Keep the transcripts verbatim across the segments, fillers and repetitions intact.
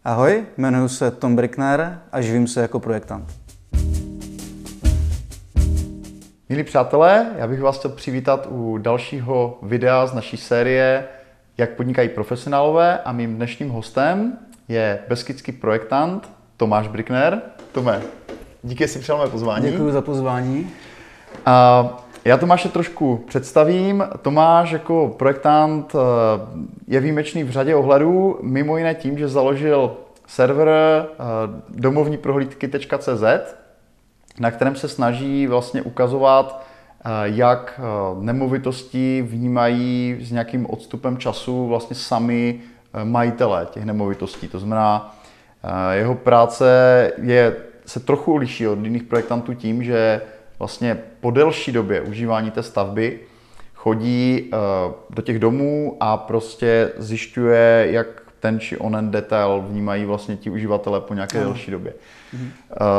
Ahoj, jmenuji se Tom Brickner a živím se jako projektant. Milí přátelé, já bych vás chtěl přivítat u dalšího videa z naší série Jak podnikají profesionálové a mým dnešním hostem je beskydský projektant Tomáš Brickner. Tome, díky, že jsi přijal mé pozvání. Děkuji za pozvání. A já Tomáše trošku představím. Tomáš jako projektant je výjimečný v řadě ohledů, mimo jiné tím, že založil server domovní prohlídky tečka cé zet, na kterém se snaží vlastně ukazovat, jak nemovitosti vnímají s nějakým odstupem času vlastně sami majitelé těch nemovitostí. To znamená, jeho práce je, se trochu liší od jiných projektantů tím, že vlastně po delší době užívání té stavby chodí do těch domů a prostě zjišťuje, jak ten či onen detail vnímají vlastně ti uživatelé po nějaké no. delší době. Mhm.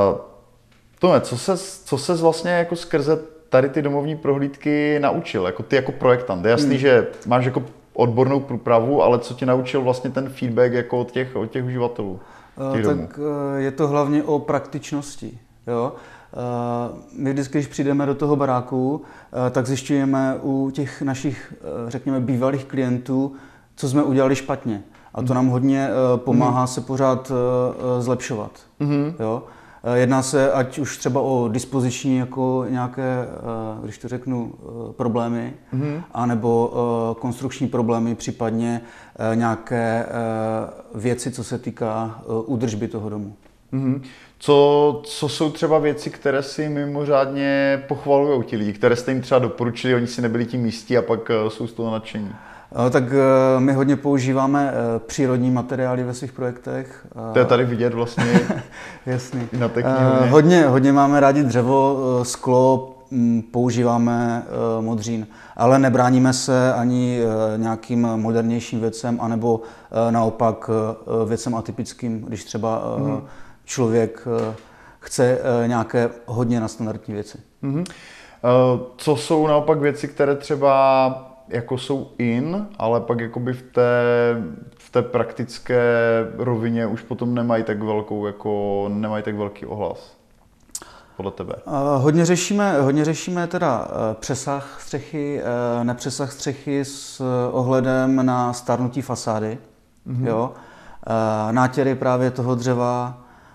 Tome, co ses, co ses vlastně jako skrze tady ty domovní prohlídky naučil, jako ty jako projektant? Je jasný, hmm. že máš jako odbornou průpravu, ale co tě naučil vlastně ten feedback jako od těch, od těch uživatelů těch tak domů? Je to hlavně o praktičnosti. Jo? My vždycky, když přijdeme do toho baráku, tak zjišťujeme u těch našich, řekněme, bývalých klientů, co jsme udělali špatně. A to nám hodně pomáhá hmm. se pořád zlepšovat. Hmm. Jo? Jedná se ať už třeba o dispoziční jako nějaké, když to řeknu, problémy, mm-hmm. anebo konstrukční problémy, případně nějaké věci, co se týká údržby toho domu. Mm-hmm. Co, co jsou třeba věci, které si mimořádně pochvalují ti lidi, které jste jim třeba doporučili, oni si nebyli tím jistí a pak jsou z toho nadšení? Tak my hodně používáme přírodní materiály ve svých projektech. To je tady vidět vlastně. Jasný. Na té knihovně. Hodně, hodně máme rádi dřevo, sklo, používáme modřín, ale nebráníme se ani nějakým modernějším věcem, anebo naopak věcem atypickým, když třeba mm. člověk chce nějaké hodně nadstandardní věci. Mm. Co jsou naopak věci, které třeba jako jsou in, ale pak jakoby v té, v té praktické rovině už potom nemají tak velkou, jako nemají tak velký ohlas podle tebe? Hodně řešíme, hodně řešíme teda přesah střechy, nepřesah střechy s ohledem na stárnutí fasády, mm-hmm. jo? Nátěry právě toho dřeva,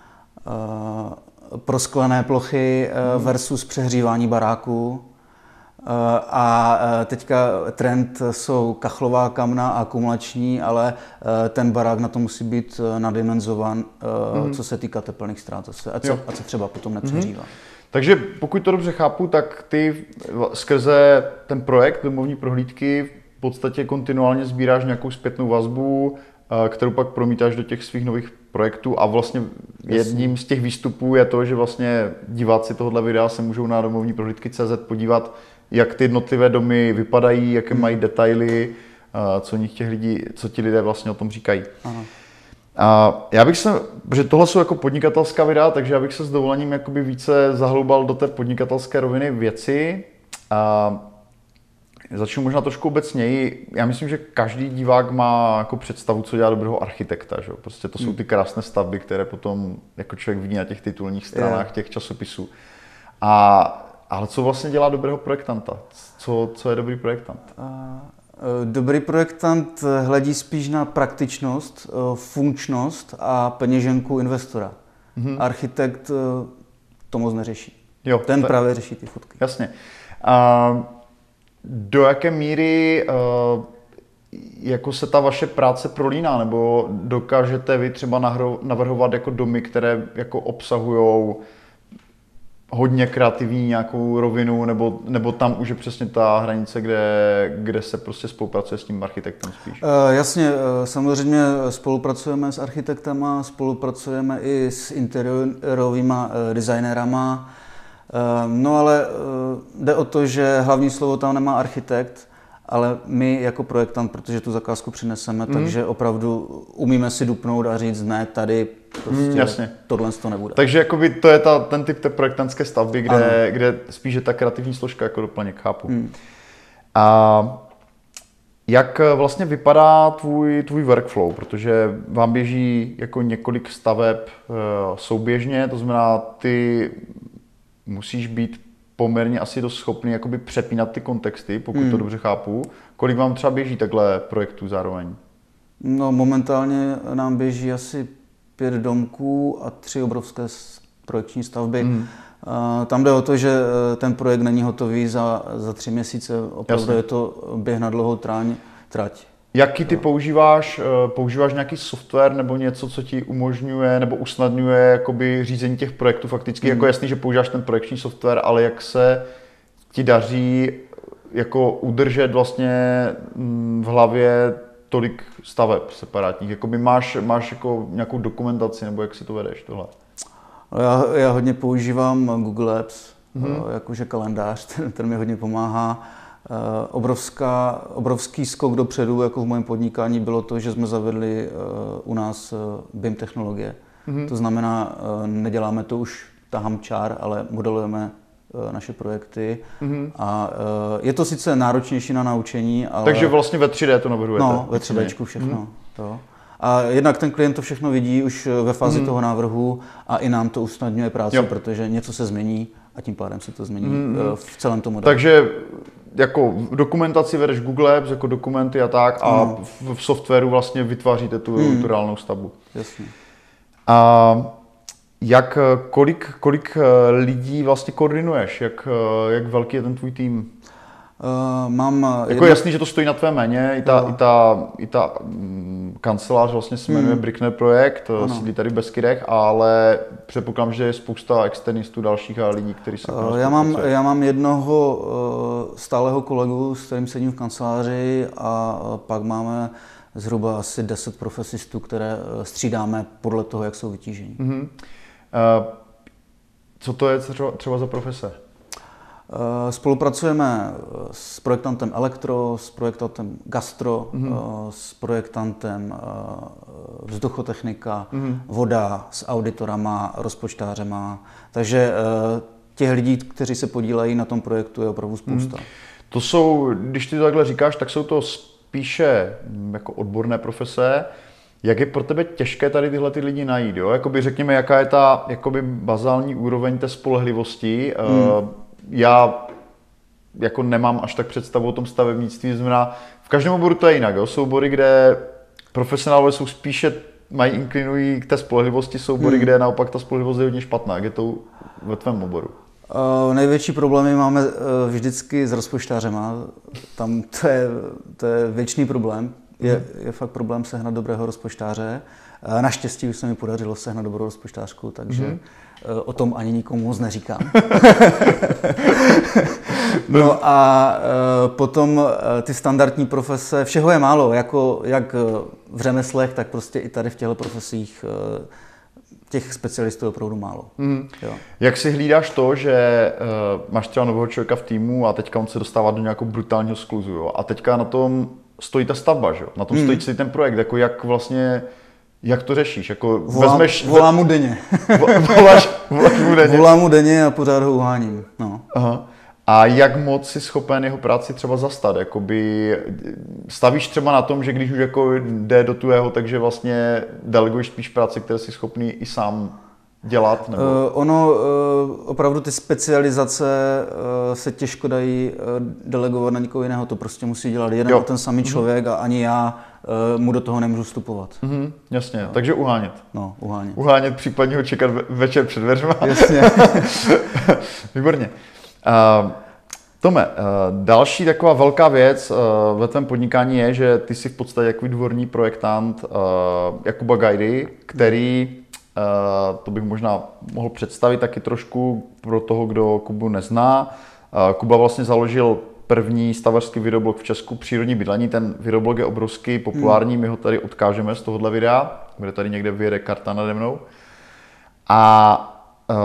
prosklené plochy mm-hmm. versus přehřívání baráků. A teďka trend jsou kachlová kamna a akumulační, ale ten barák na to musí být nadimenzovan, mm. co se týká tepelných ztrát, ať se, ať se třeba potom nepřehřívá. Mm. Takže pokud to dobře chápu, tak ty skrze ten projekt domovní prohlídky v podstatě kontinuálně sbíráš nějakou zpětnou vazbu, kterou pak promítáš do těch svých nových projektů a vlastně jedním z těch výstupů je to, že vlastně diváci tohoto videa se můžou na domovní prohlídky tečka cé zet podívat, jak ty jednotlivé domy vypadají, jaké mají detaily, co nich těch lidí, co ti lidé vlastně o tom říkají. Aha. A já bych se, protože tohle jsou jako podnikatelská videa, takže já bych se s dovolením jakoby více zahloubal do té podnikatelské roviny věci. A začnu možná trošku obecněji. Já myslím, že každý divák má jako představu, co dělá dobrého architekta. Že? Prostě to jsou ty krásné stavby, které potom jako člověk vidí na těch titulních stranách těch časopisů. A ale co vlastně dělá dobrého projektanta? Co, co je dobrý projektant? Dobrý projektant hledí spíš na praktičnost, funkčnost a peněženku investora. Mm-hmm. Architekt to moc neřeší. Jo, Ten to... právě řeší ty fotky. Jasně. A do jaké míry jako se ta vaše práce prolíná? Nebo dokážete vy třeba navrhovat jako domy, které jako obsahujou hodně kreativní nějakou rovinu, nebo, nebo tam už je přesně ta hranice, kde, kde se prostě spolupracuje s tím architektem spíš? Uh, jasně, uh, samozřejmě spolupracujeme s architektama, spolupracujeme i s interiérovými uh, designérama, uh, no ale uh, jde o to, že hlavní slovo tam nemá architekt, ale my jako projektant, protože tu zakázku přineseme, mm. takže opravdu umíme si dupnout a říct ne, tady prostě mm, tohle to nebude. Takže jakoby to je ta, ten typ té projektantské stavby, kde, kde spíš je ta kreativní složka jako doplněk, chápu. Mm. A Jak vlastně vypadá tvůj, tvůj workflow, protože vám běží jako několik staveb souběžně, to znamená, ty musíš být poměrně asi dost schopný jakoby přepínat ty kontexty, pokud hmm. to dobře chápu. Kolik vám třeba běží takhle projektů zároveň? No momentálně nám běží asi pět domků a tři obrovské projekční stavby. Hmm. Tam jde o to, že ten projekt není hotový za, za tři měsíce, opravdu Jasně. je to běh na dlouhou tráň, trať. Jaký ty používáš? Používáš nějaký software nebo něco, co ti umožňuje nebo usnadňuje jakoby řízení těch projektů fakticky? Hmm. Jako jasný, že používáš ten projekční software, ale jak se ti daří jako udržet vlastně v hlavě tolik staveb separátních? Jakoby máš, máš jako nějakou dokumentaci nebo jak si to vedeš tohle? Já, já hodně používám Google Apps, mm-hmm. jakože kalendář, ten, ten mi hodně pomáhá. Obrovská, obrovský skok dopředu jako v mém podnikání bylo to, že jsme zavedli u nás B I M technologie. Mm-hmm. To znamená, neděláme to už tahám čár, ale modelujeme naše projekty. Mm-hmm. A je to sice náročnější na naučení, ale... Takže vlastně ve tři dé to navrhujete? No, ve tři déčku všechno. Mm-hmm. To. A jednak ten klient to všechno vidí už ve fázi mm. toho návrhu a i nám to usnadňuje práci, jo. protože něco se změní a tím pádem se to změní mm. v celém tom modelu. Takže jako v dokumentaci vedeš Google Apps jako dokumenty a tak a no. v, v softwaru vlastně vytváříte tu, mm. tu reálnou stavbu. Jasně. A jak, kolik, kolik lidí vlastně koordinuješ? Jak, jak velký je ten tvůj tým? Uh, mám jako jedno... jasný, že to stojí na tvé jméně, i ta, no. i ta, i ta mm, kancelář vlastně se jmenuje hmm. Brickner Projekt, ano. sídlí tady v Beskydech, ale předpokládám, že je spousta externistů dalších a lidí, kteří se uh, já mám, já mám jednoho uh, stálého kolegu, s kterým sedím v kanceláři a uh, pak máme zhruba asi deset profesistů, které uh, střídáme podle toho, jak jsou vytížení. Uh-huh. Uh, co to je třeba, třeba za profese? Spolupracujeme s projektantem elektro, s projektantem gastro, mm-hmm. s projektantem vzduchotechnika, mm-hmm. voda, s auditorama, rozpočtářema. Takže těch lidí, kteří se podílejí na tom projektu, je opravdu spousta. Mm-hmm. To jsou, když ty to takhle říkáš, tak jsou to spíše jako odborné profese. Jak je pro tebe těžké tady tyhle ty lidi najít? Jo? Jakoby řekněme, jaká je ta jakoby bazální úroveň té spolehlivosti. Mm. Já jako nemám až tak představu o tom stavebnictví, znamená, v každém oboru to je jinak. Jo? Jsou obory, kde profesionálové jsou spíše, mají inklinují k té spolehlivosti, jsou obory, hmm. kde naopak ta spolehlivost je hodně špatná. Jak je to ve tvém oboru? Uh, největší problémy máme uh, vždycky s rozpočtářema. Tam to je, to je věčný problém. Je, je fakt problém sehnat dobrého rozpočtáře. Uh, naštěstí už se mi podařilo sehnat dobrou rozpočtářku, takže hmm. uh, o tom ani nikomu moc neříkám. No a uh, potom uh, ty standardní profese, všeho je málo, jako jak v řemeslech, tak prostě i tady v těchto profesích uh, těch specialistů je opravdu málo. Mm. Jo. Jak si hlídáš to, že uh, máš třeba nového člověka v týmu a teďka on se dostává do nějakého brutálního skluzu, jo? A teďka na tom stojí ta stavba, že? Na tom mm. stojí celý ten projekt, jako jak vlastně, jak to řešíš? Jako volám, vezmeš... volám mu denně. voláš, voláš mu denně? Volám mu denně a pořád ho uháním. No. Aha. A jak moc jsi schopen jeho práci třeba zastat? Jakoby stavíš třeba na tom, že když už jako jde do tvého, takže vlastně deleguješ spíš práci, které jsi schopný i sám dělat? Nebo? Uh, ono, uh, opravdu ty specializace uh, se těžko dají uh, delegovat na někoho jiného. To prostě musí dělat jeden jo. a ten samý člověk mm-hmm. a ani já uh, mu do toho nemůžu vstupovat. Mm-hmm, jasně, jo. Takže uhánět. No, uhánět. Uhánět, případně ho čekat večer před dveřma. Jasně. Výborně. Uh, Tome, uh, další taková velká věc uh, ve tvém podnikání je, že ty jsi v podstatě jako dvorní projektant uh, Jakuba Gajdy, který, uh, to bych možná mohl představit taky trošku pro toho, kdo Kubu nezná. Uh, Kuba vlastně založil první stavařský videoblog v Česku, Přírodní bydlení. Ten videoblog je obrovský, populární, my ho tady odkážeme z tohohle videa, kde tady někde vyjede karta nade mnou. A uh,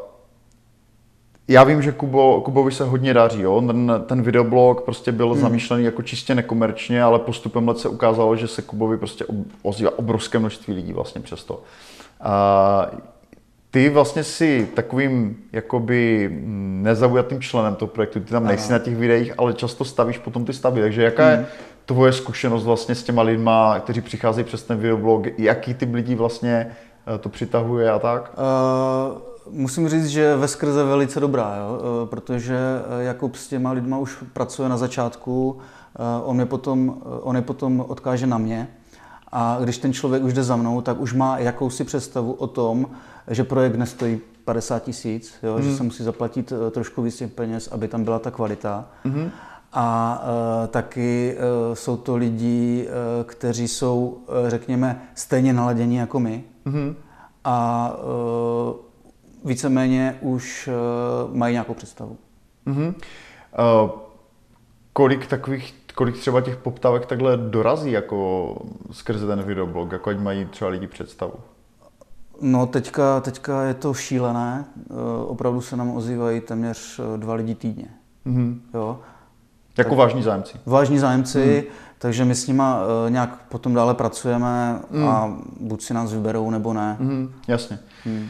já vím, že Kubo, Kubovi se hodně daří, jo? Ten, ten videoblog prostě byl hmm. zamýšlený jako čistě nekomerčně, ale postupem let se ukázalo, že se Kubovi prostě ozývá obrovské množství lidí vlastně přesto. A ty vlastně si takovým jakoby nezaujatým členem toho projektu, ty tam nejsi na těch videích, ale často stavíš potom ty stavby, takže jaká hmm. je tvoje zkušenost vlastně s těma lidma, kteří přicházejí přes ten videoblog, jaký typ lidí vlastně to přitahuje a tak? Uh, musím říct, že veskrze velice dobrá, jo? Uh, protože Jakub s těma lidma už pracuje na začátku, uh, on, je potom, on je potom odkáže na mě a když ten člověk už jde za mnou, tak už má jakousi představu o tom, že projekt nestojí padesát tisíc, mm. že se musí zaplatit trošku víc peněz, aby tam byla ta kvalita. Mm. A uh, taky uh, jsou to lidi, uh, kteří jsou, uh, řekněme, stejně naladění jako my. Mm-hmm. A uh, víceméně už uh, mají nějakou představu. Mm-hmm. Uh, kolik takových, kolik třeba těch poptávek takhle dorazí jako skrze ten videoblog, jako ať mají třeba lidi představu? No teďka, teďka je to šílené. Uh, opravdu se nám ozývají téměř dva lidi týdně. Mm-hmm. Jo? Jako tak, vážní zájemci. Vážní zájemci, hmm. takže my s nima uh, nějak potom dále pracujeme hmm. a buď si nás vyberou, nebo ne. Hmm, jasně. Hmm.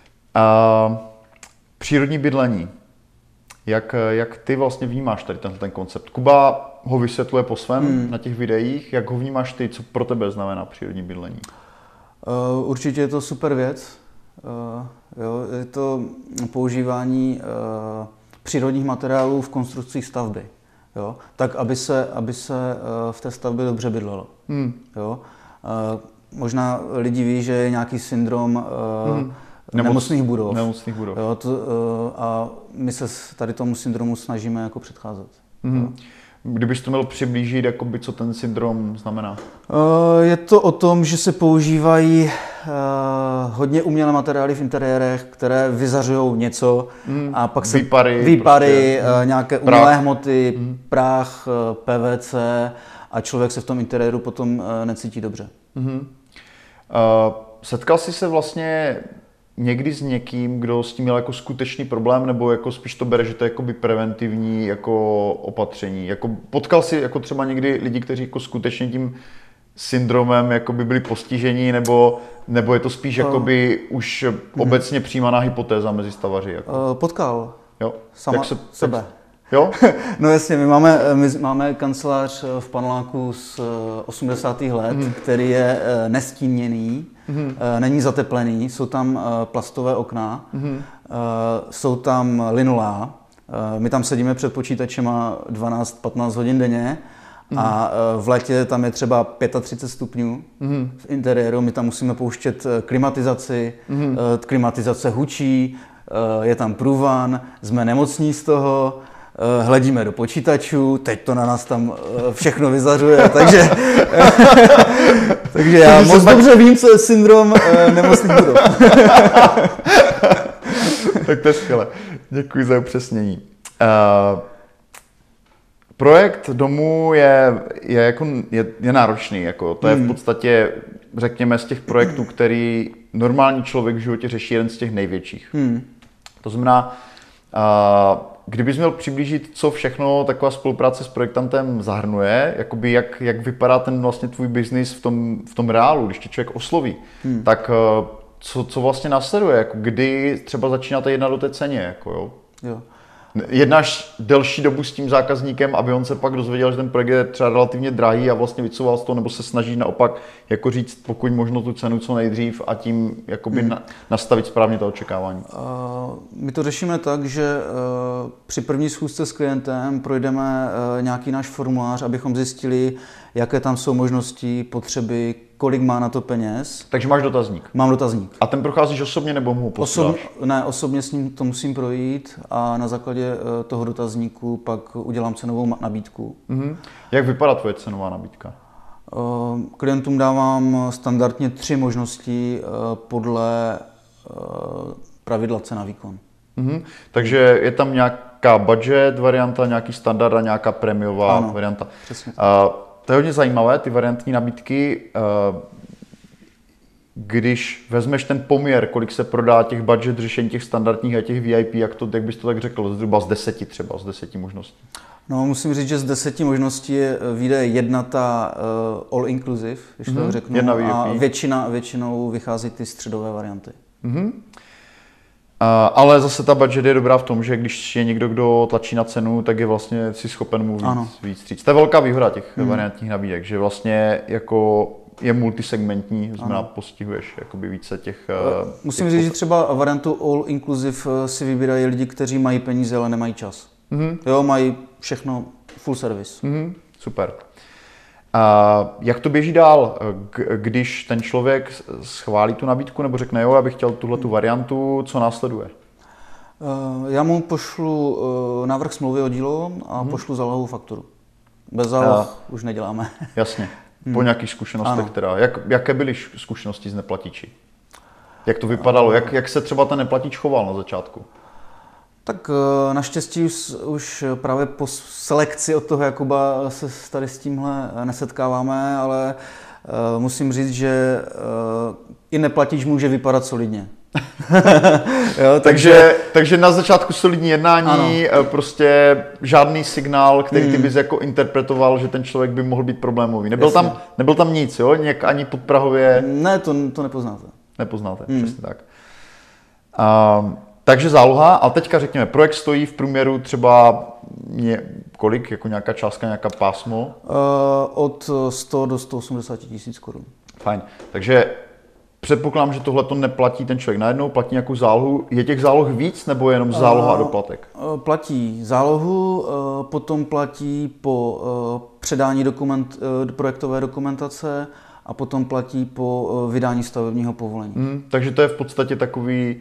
A přírodní bydlení. Jak, jak ty vlastně vnímáš tady ten, ten koncept? Kuba ho vysvětluje po svém hmm. na těch videích. Jak ho vnímáš ty? Co pro tebe znamená přírodní bydlení? Uh, určitě je to super věc. Uh, jo, je to používání uh, přírodních materiálů v konstrukci stavby. Jo? Tak, aby se, aby se v té stavbě dobře bydlelo. Hmm. Jo? Možná lidi ví, že je nějaký syndrom hmm. nemocných budov. Nemocných budov. Jo? To, a my se tady tomu syndromu snažíme jako předcházet. Hmm. Kdybys to měl přiblížit, jakoby, co ten syndrom znamená? Je to o tom, že se používají hodně umělé materiály v interiérech, které vyzařují něco mm, a pak se výpary, výpary prostě, nějaké umělé prach. hmoty, mm. prach, P V C a člověk se v tom interiéru potom necítí dobře. Mm-hmm. Uh, setkal jsi se vlastně někdy s někým, kdo s tím měl jako skutečný problém, nebo jako spíš to bere, že to je jakoby preventivní jako opatření? Jako potkal jsi jako třeba někdy lidi, kteří jako skutečně tím syndromem jakoby byli postiženi, nebo, nebo je to spíš jakoby uh, už uh, obecně přijímaná hypotéza mezi stavaři? Jako? Uh, potkal. Jo. Sama jak se, sebe. Jak, jo? No jasně, my máme, my máme kancelář v paneláku z osmdesátých let, mm. který je nestíněný, mm. není zateplený, jsou tam plastové okna, mm. jsou tam linolá, my tam sedíme před počítačema dvanáct patnáct hodin denně mm. a v létě tam je třeba třicet pět stupňů mm. v interiéru, my tam musíme pouštět klimatizaci, mm. klimatizace hučí, je tam průvan, jsme nemocní z toho, hledíme do počítačů, teď to na nás tam všechno vyzařuje, takže, takže já moc dobře vím, co je syndrom nemocných budov. Tak to je skvělé. Děkuji za upřesnění. Uh, projekt domu je, je, jako, je, je náročný. Jako, to je v podstatě, řekněme, z těch projektů, který normální člověk v životě řeší, jeden z těch největších. Hmm. To znamená, uh, kdybys měl přiblížit, co všechno taková spolupráce s projektantem zahrnuje, jakoby jak, jak vypadá ten vlastně tvůj biznis v tom, v tom reálu, když tě člověk osloví, hmm. tak co, co vlastně následuje, jako kdy třeba začínáte jednat o té ceně, jako jo? Jo. Jednáš delší dobu s tím zákazníkem, aby on se pak dozvěděl, že ten projekt je třeba relativně drahý a vlastně vycouval z toho, nebo se snaží naopak jako říct, pokud možno tu cenu co nejdřív a tím jakoby hmm. na, nastavit správně to očekávání? Uh, my to řešíme tak, že uh, při první schůzce s klientem projdeme uh, nějaký náš formulář, abychom zjistili, jaké tam jsou možnosti, potřeby, kolik má na to peněz. Takže máš dotazník? Mám dotazník. A ten procházíš osobně nebo mu ho posíláš? Osob, ne, osobně s ním to musím projít a na základě toho dotazníku pak udělám cenovou nabídku. Mm-hmm. Jak vypadá tvoje cenová nabídka? Klientům dávám standardně tři možnosti podle pravidla cena výkon. Mm-hmm. Takže je tam nějaká budget varianta, nějaký standard a nějaká prémiová ano, varianta. Přesně. Uh, To je hodně zajímavé, ty variantní nabídky. Když vezmeš ten poměr, kolik se prodá těch budget řešení, těch standardních a těch V I P, jak, to, jak bys to tak řekl, zhruba z deseti třeba, z deseti možností? No, musím říct, že z deseti možností vyjde jedna ta uh, all inclusive, když mm-hmm. to řeknu, jedna V I P. A většina, většinou vychází ty středové varianty. Mm-hmm. ale zase ta budget je dobrá v tom, že když je někdo, kdo tlačí na cenu, tak je vlastně si schopen mu víc, víc stříct. To je velká výhoda těch hmm. variantních nabídek, že vlastně jako je multisegmentní, znamená postihuješ jakoby více těch... Musím těch říct, že třeba variantu all inclusive si vybírají lidi, kteří mají peníze, ale nemají čas. Mm-hmm. Jo, mají všechno full service. Mm-hmm. Super. A jak to běží dál, když ten člověk schválí tu nabídku nebo řekne, jo, já bych chtěl tuhletu variantu, co následuje? Já mu pošlu návrh smlouvy o dílo a hmm. pošlu zálohovou fakturu. Bez záloh už neděláme. Jasně, po hmm. nějakých zkušenostech teda. Jak, jaké byly zkušenosti z neplatiči? Jak to vypadalo? Jak, jak se třeba ten neplatič choval na začátku? Tak naštěstí už, už právě po selekci od toho Jakuba se tady s tímhle nesetkáváme, ale uh, musím říct, že uh, i neplatič může vypadat solidně. jo, takže, takže, takže na začátku solidní jednání, ano. prostě žádný signál, který ty bys jako interpretoval, že ten člověk by mohl být problémový. Nebyl, tam, nebyl tam nic, jo? Nějak ani podprahově? Ne, to, to nepoznáte. Nepoznáte, hmm. přesně tak. Um, Takže záloha, ale teďka řekněme, projekt stojí v průměru třeba ně, kolik, jako nějaká částka, nějaká pásmo? Uh, od sto do sto osmdesát tisíc korun. Fajn, takže předpokládám, že tohle to neplatí ten člověk najednou, platí nějakou zálohu. Je těch záloh víc nebo je jenom záloha a doplatek? Uh, platí zálohu, uh, potom platí po uh, předání dokument, uh, projektové dokumentace a potom platí po uh, vydání stavebního povolení. Hmm, takže to je v podstatě takový...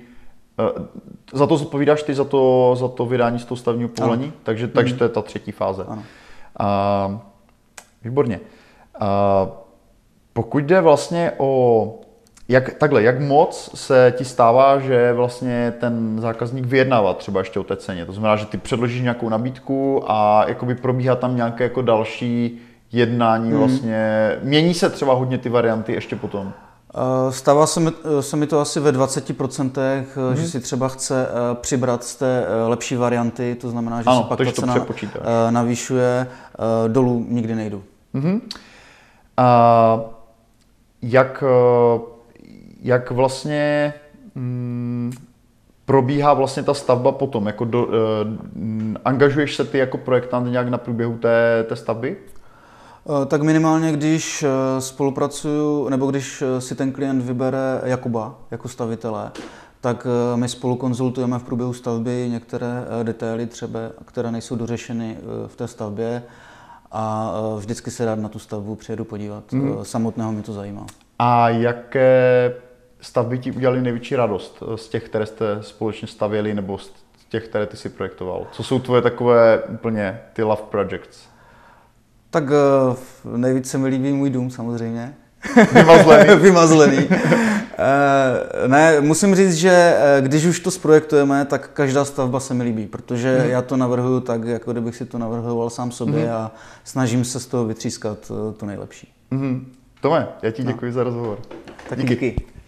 Za to zodpovídáš ty, za to, za to vydání z toho stavebního povolení? Ano. Takže, takže to je ta třetí fáze. Ano. A, výborně. A, pokud jde vlastně o... Jak, takhle, jak moc se ti stává, že vlastně ten zákazník vyjednává třeba ještě o té ceně? To znamená, že ty předložíš nějakou nabídku a jakoby probíhá tam nějaké jako další jednání vlastně. Hmm. Mění se třeba hodně ty varianty ještě potom? Stává se mi, se mi to asi ve dvaceti procentech, hmm. že si třeba chce přibrat z té lepší varianty, to znamená, že ano, se pak ta cena navýšuje, dolů nikdy nejdu. Hmm. A jak, jak vlastně hmm, probíhá vlastně ta stavba potom? Jako do, eh, angažuješ se ty jako projektant nějak na průběhu té, té stavby? Tak minimálně, když spolupracuju, nebo když si ten klient vybere Jakuba jako stavitele, tak my spolu konzultujeme v průběhu stavby některé detaily třeba, které nejsou dořešeny v té stavbě a vždycky se rád na tu stavbu přijedu podívat. Hmm. Samotného mě to zajímá. A jaké stavby ti udělaly největší radost z těch, které jste společně stavěli, nebo z těch, které ty si projektoval? Co jsou tvoje takové úplně ty love projects? Tak nejvíc se mi líbí můj dům samozřejmě. Vymazlený. Vymazlený. Ne, musím říct, že když už to zprojektujeme, tak každá stavba se mi líbí, protože mm. já to navrhuju tak, jako kdybych si to navrhoval sám sobě mm. a snažím se z toho vytřískat to nejlepší. Mm. Tome, já ti děkuji no. za rozhovor. Tak díky. díky.